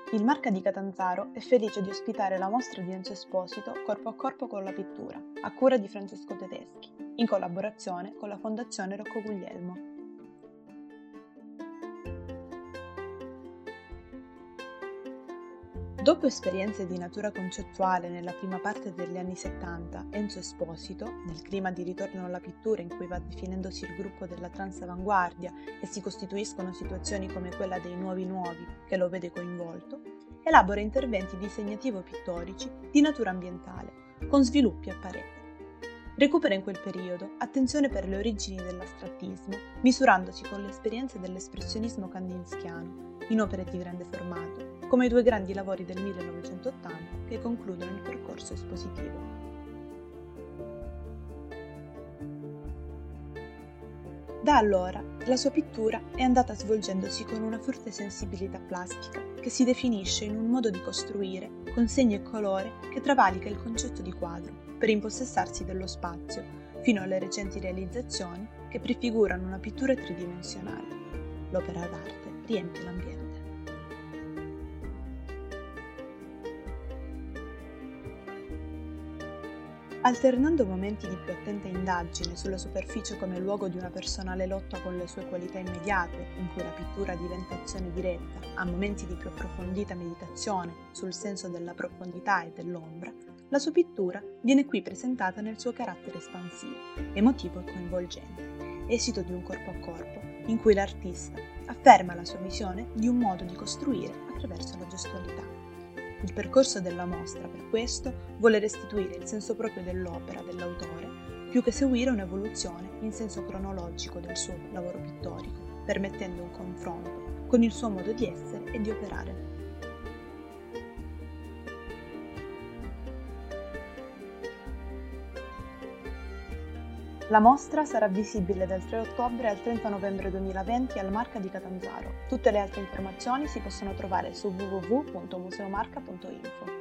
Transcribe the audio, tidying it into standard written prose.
Il Marca di Catanzaro è felice di ospitare la mostra di Enzo Esposito Corpo a corpo con la pittura, a cura di Francesco Tedeschi, in collaborazione con la Fondazione Rocco Guglielmo. Dopo esperienze di natura concettuale nella prima parte degli anni 70, Enzo Esposito, nel clima di ritorno alla pittura in cui va definendosi il gruppo della transavanguardia e si costituiscono situazioni come quella dei nuovi che lo vede coinvolto, elabora interventi disegnativo-pittorici di natura ambientale, con sviluppi a parete. Recupera in quel periodo attenzione per le origini dell'astrattismo, misurandosi con le esperienze dell'espressionismo kandinschiano, in opere di grande formato, come i due grandi lavori del 1980 che concludono il percorso espositivo. Da allora, la sua pittura è andata svolgendosi con una forte sensibilità plastica che si definisce in un modo di costruire con segno e colore che travalica il concetto di quadro per impossessarsi dello spazio, fino alle recenti realizzazioni che prefigurano una pittura tridimensionale. L'opera d'arte riempie l'ambiente. Alternando momenti di più attenta indagine sulla superficie come luogo di una personale lotta con le sue qualità immediate, in cui la pittura diventa azione diretta, a momenti di più approfondita meditazione sul senso della profondità e dell'ombra, la sua pittura viene qui presentata nel suo carattere espansivo, emotivo e coinvolgente, esito di un corpo a corpo, in cui l'artista afferma la sua visione di un modo di costruire attraverso la gestualità. Il percorso della mostra, per questo, vuole restituire il senso proprio dell'opera dell'autore, più che seguire un'evoluzione in senso cronologico del suo lavoro pittorico, permettendo un confronto con il suo modo di essere e di operare. La mostra sarà visibile dal 3 ottobre al 30 novembre 2020 al Marca di Catanzaro. Tutte le altre informazioni si possono trovare su www.museomarca.info.